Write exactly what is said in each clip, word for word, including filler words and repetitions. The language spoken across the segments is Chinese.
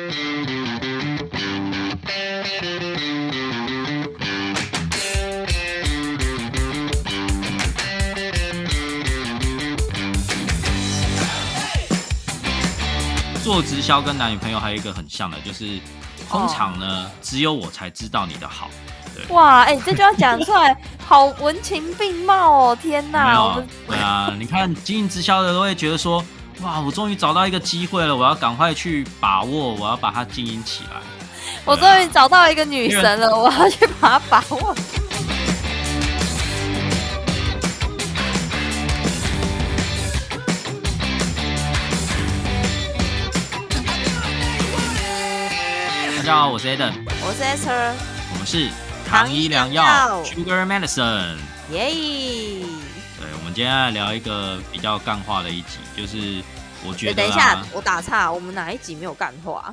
做直销跟男女朋友还有一个很像的，就是通常呢、哦、只有我才知道你的好。 哇，哎、欸，这就要讲出来，好文情并茂哦！天哪， 没有我们对啊，你看经营直销的都会觉得说，哇，我终于找到一个机会了，我要赶快去把握，我要把它经营起来。 我终于找到一个女神了，我要去把它把握。 大家好，我是 Adam， 我是 Esther， 我们是糖医良药 Sugar Medicine， 耶！ 对，我们今天来聊一个比较干话的一集，就是我觉得、啊、 等一下，我打岔，我们哪一集没有干话？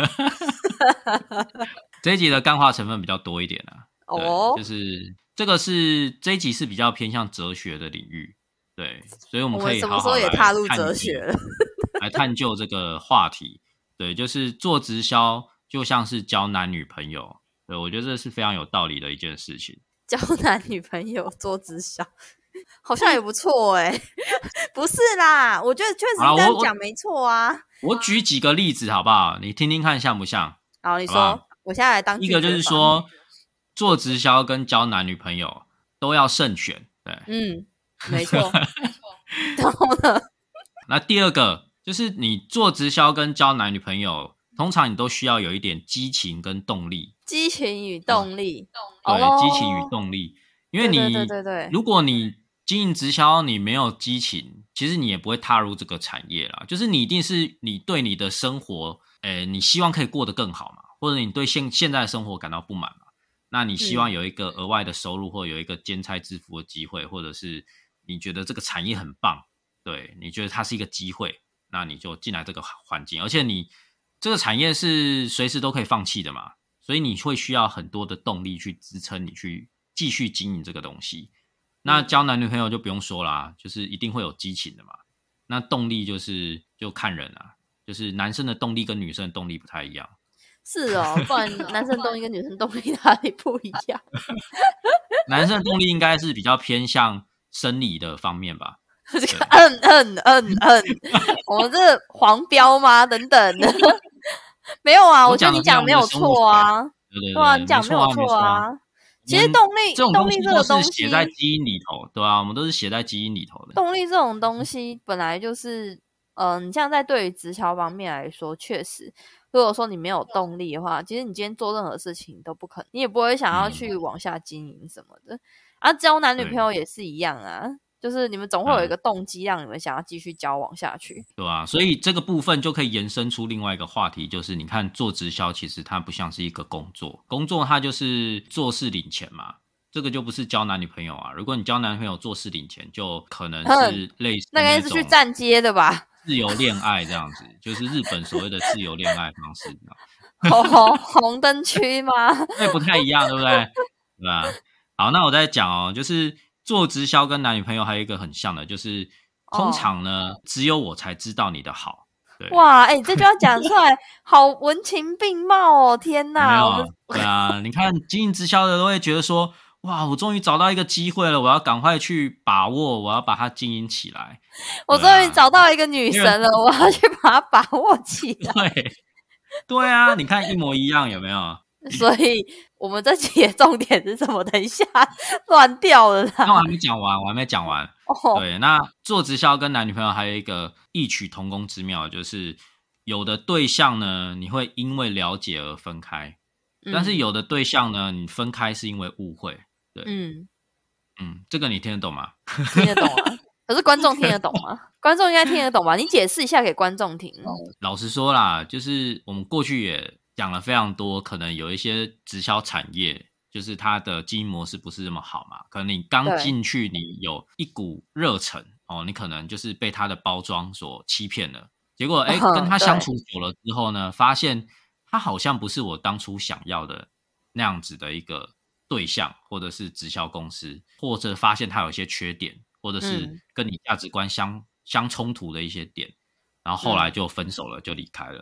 这一集的干话成分比较多一点啊。哦，就是这个是这一集是比较偏向哲学的领域，对，所以我们可以好好来什么时候也踏入哲学了， 来探究这个话题。对，就是做直销就像是交男女朋友，对，我觉得这是非常有道理的一件事情。 交男女朋友做直销，好像也不错哎、欸。不是啦，我觉得确实这样讲没错啊我。 我举几个例子好不好？你听听看像不像？ 好，你说，好好我现在来当一个就是说，做直销跟交男女朋友都要慎选，对， 嗯，没错。然后呢？ 那第二个就是你做直销跟交男女朋友。通常你都需要有一点激情跟动力， 激情与动力， 嗯、对，激情与动力，因为你， 对对对对对， 如果你经营直销，你没有激情，其实你也不会踏入这个产业啦。就是你一定是你对你的生活，诶，你希望可以过得更好嘛，或者你对现现在的生活感到不满嘛，那你希望有一个额外的收入，嗯、或者有一个兼差致富的机会，或者是你觉得这个产业很棒，对，你觉得它是一个机会，那你就进来这个环境，而且你。这个产业是随时都可以放弃的嘛，所以你会需要很多的动力去支撑你去继续经营这个东西。那交男女朋友就不用说啦，就是一定会有激情的嘛。那动力就是就看人啊，就是男生的动力跟女生的动力不太一样。 是哦，不然男生动力跟女生动力哪里不一样？ 男生的动力应该是比较偏向生理的方面吧。 嗯嗯嗯嗯，我们这黄标吗？等等的，没有啊，我觉得你讲没有错啊， 对对对， 对啊，你讲没有错啊。其实动力， 这种动力这个东西写在基因里头，对啊，我们都是写在基因里头的。 动力这种东西本来就是，嗯、呃，你像在对于直销方面来说，确实，如果说你没有动力的话，其实你今天做任何事情都不可能，你也不会想要去往下经营什么的。嗯、啊，交男女朋友也是一样啊。就是你们总会有一个动机让你们想要继续交往下去、嗯、 对啊，所以这个部分就可以延伸出另外一个话题，就是你看做直销其实它不像是一个工作，工作它就是做事领钱嘛，这个就不是交男女朋友啊。如果你交男朋友做事领钱，就可能是类似那, 那个是去站街的吧， 自由恋爱这样子，就是日本所谓的自由恋爱方式红红灯区吗？ 那不太一样，对不对？对吧？好，那我再讲哦，就是做直销跟男女朋友还有一个很像的，就是通常呢、哦、只有我才知道你的好。对， 哇，哎、欸，这就要讲出来，好文情并茂哦！天哪， 有没有？对啊，你看经营直销的都会觉得说，哇，我终于找到一个机会了，我要赶快去把握，我要把它经营起来。 我终于找到一个女神了，我要去把它把握起来。 对，对啊，你看一模一样，有没有？ 所以我们这集的重点是什么？等一下乱掉了啦。 那我还没讲完，我还没讲完。Oh. 对，那做直销跟男女朋友还有一个异曲同工之妙，就是有的对象呢，你会因为了解而分开，嗯、但是有的对象呢，你分开是因为误会。对，嗯嗯，这个你听得懂吗？ 听得懂啊。可是观众听得懂吗？观众应该听得懂吧？你解释一下给观众听。 老实说啦，就是我们过去也讲了非常多，可能有一些直销产业，就是它的经营模式不是这么好嘛。可能你刚进去，你有一股热忱哦，你可能就是被它的包装所欺骗了。结果哎，跟他相处久了之后呢，发现他好像不是我当初想要的那样子的一个对象，或者是直销公司，或者发现他有一些缺点，或者是跟你价值观相、嗯、相冲突的一些点，然后后来就分手了，就离开了。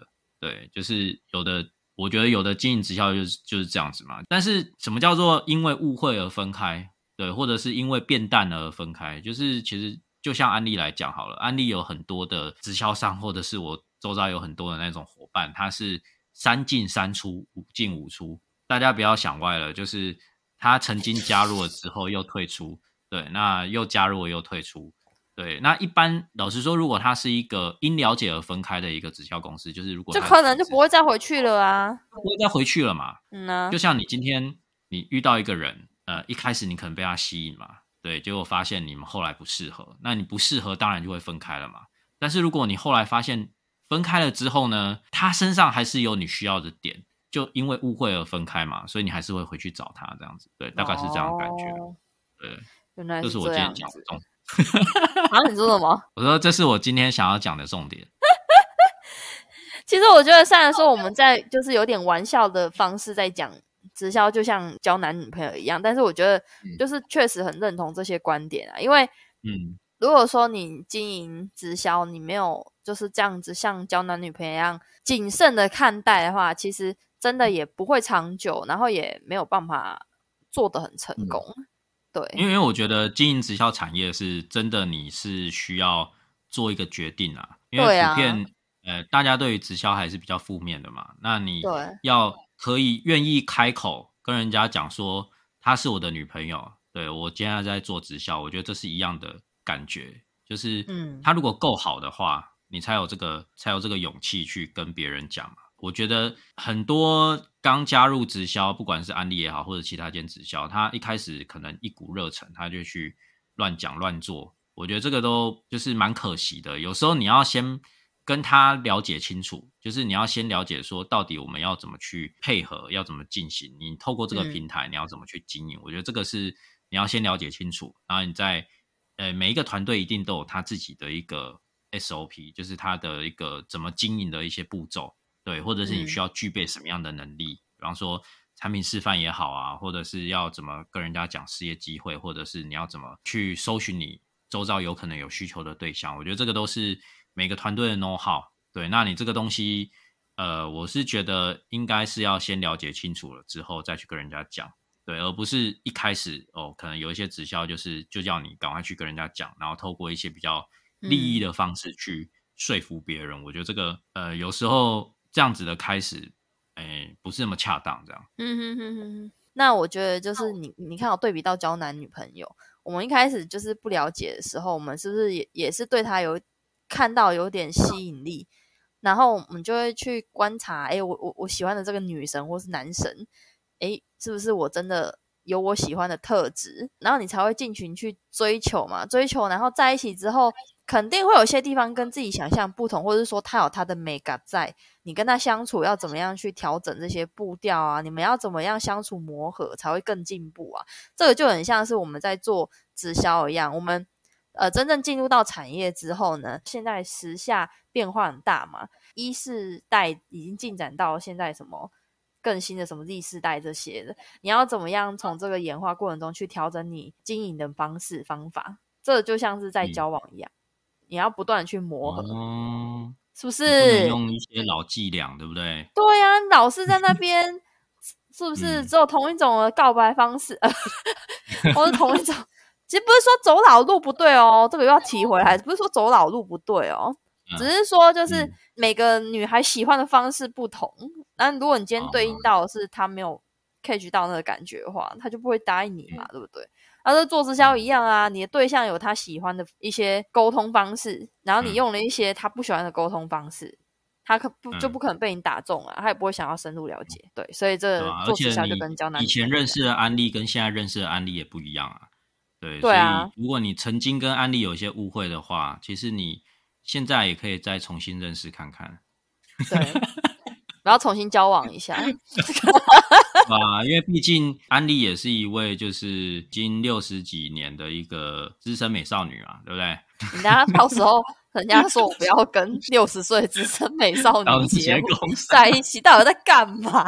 对，就是有的，我觉得有的经营直销就是就是这样子嘛。但是什么叫做因为误会而分开？对，或者是因为变淡而分开？就是其实就像安利来讲好了，安利有很多的直销商，或者是我周遭有很多的那种伙伴，他是三进三出，五进五出。大家不要想歪了，就是他曾经加入了之后又退出，对，那又加入了又退出。对，那一般老实说，如果它是一个因了解而分开的一个直销公司，就是如果就可能就不会再回去了啊， 不会再回去了嘛。 嗯啊， 就像你今天你遇到一个人，呃，一开始你可能被他吸引嘛，对，结果发现你们后来不适合，那你不适合当然就会分开了嘛。但是如果你后来发现分开了之后呢，他身上还是有你需要的点，就因为误会而分开嘛，所以你还是会回去找他这样子，对，大概是这样的感觉。哦、对， 原来是这是我今天讲的重点。 啊，你说什么？ 我说这是我今天想要讲的重点。 其实我觉得虽然说我们在就是有点玩笑的方式在讲直销就像交男女朋友一样，但是我觉得就是确实很认同这些观点啊，因为嗯，如果说你经营直销你没有就是这样子像交男女朋友一样谨慎的看待的话，其实真的也不会长久，然后也没有办法做得很成功。嗯，对， 因为我觉得经营直销产业是真的，你是需要做一个决定啊。因为普遍、啊、呃，大家对于直销还是比较负面的嘛。那你要可以愿意开口跟人家讲说，她是我的女朋友，对，我今天在做直销，我觉得这是一样的感觉。就是，嗯，他如果够好的话，你才有这个才有这个勇气去跟别人讲嘛。我觉得很多刚加入直销，不管是安利也好，或者其他间直销，他一开始可能一股热忱，他就去乱讲乱做。我觉得这个都就是蛮可惜的。有时候你要先跟他了解清楚，就是你要先了解说，到底我们要怎么去配合，要怎么进行。你透过这个平台，你要怎么去经营？嗯、我觉得这个是你要先了解清楚，然后你在呃每一个团队一定都有他自己的一个 S O P， 就是他的一个怎么经营的一些步骤。对，或者是你需要具备什么样的能力、嗯、比方说产品示范也好啊，或者是要怎么跟人家讲事业机会，或者是你要怎么去搜寻你周遭有可能有需求的对象。我觉得这个都是每个团队的 know how。 对，那你这个东西呃，我是觉得应该是要先了解清楚了之后再去跟人家讲，对，而不是一开始哦，可能有一些直销就是就叫你赶快去跟人家讲，然后透过一些比较利益的方式去说服别人、嗯、我觉得这个呃有时候这样子的开始，诶，不是那么恰当，这样。 嗯哼哼哼。那我觉得就是你，你看我对比到交男女朋友，我们一开始就是不了解的时候，我们是不是也也是对他有看到有点吸引力，然后我们就会去观察，诶，我我我喜欢的这个女神或是男神，诶，是不是我真的有我喜欢的特质，然后你才会进群去追求嘛，追求，然后在一起之后。肯定会有些地方跟自己想象不同，或者是说他有他的美感在，你跟他相处要怎么样去调整这些步调啊，你们要怎么样相处磨合才会更进步啊，这个就很像是我们在做直销一样，我们呃真正进入到产业之后呢，现在时下变化很大嘛，一世代已经进展到现在什么更新的什么 Z 世代这些的，你要怎么样从这个演化过程中去调整你经营的方式方法，这就像是在交往一样、嗯你要不断的去磨合、哦、是不是不能用一些老伎俩，对不对？ 对啊，老是在那边是不是只有同一种的告白方式、嗯、或是同一种其实不是说走老路不对哦，这个又要提回来，不是说走老路不对哦、嗯、只是说就是每个女孩喜欢的方式不同，那如果你今天对应到的是她没有 catch 到那个感觉的话，她就不会答应你嘛、嗯、对不对？而是做直销一样啊，你的对象有他喜欢的一些沟通方式，然后你用了一些他不喜欢的沟通方式，他可不就不可能被你打中啊，他也不会想要深入了解。对，所以这做直销就跟交男女朋友一样， 以前认识的安利跟现在认识的安利也不一样啊。对，对啊，所以如果你曾经跟安利有一些误会的话，其实你现在也可以再重新认识看看。 对。然后重新交往一下啊，因为毕竟安利也是一位就是已经六十几年的一个资深美少女嘛，对不对？ 你等下到时候人家说我不要跟六十岁资深美少女结婚在一起，到底在干嘛？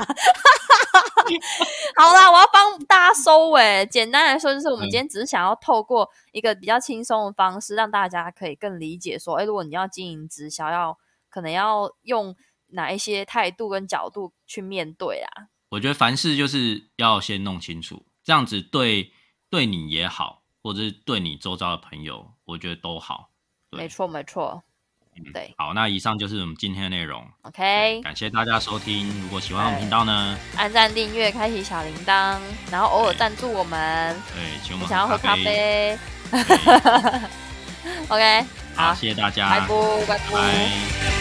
好啦，我要帮大家收尾。简单来说，就是我们今天只是想要透过一个比较轻松的方式，让大家可以更理解说，哎，如果你要经营直销，要可能要用哪一些态度跟角度去面对啦。 我觉得凡事就是要先弄清楚，这样子对对你也好，或者是对你周遭的朋友，我觉得都好。 没错没错。 嗯， 对， 好，那以上就是我们今天的内容。 OK， 感谢大家收听。如果喜欢我们频道呢， 按赞、订阅、开启小铃铛，然后偶尔赞助我们。 对，请我们想要喝咖啡。 啡。 OK， 好，谢谢大家， 拜拜，拜拜。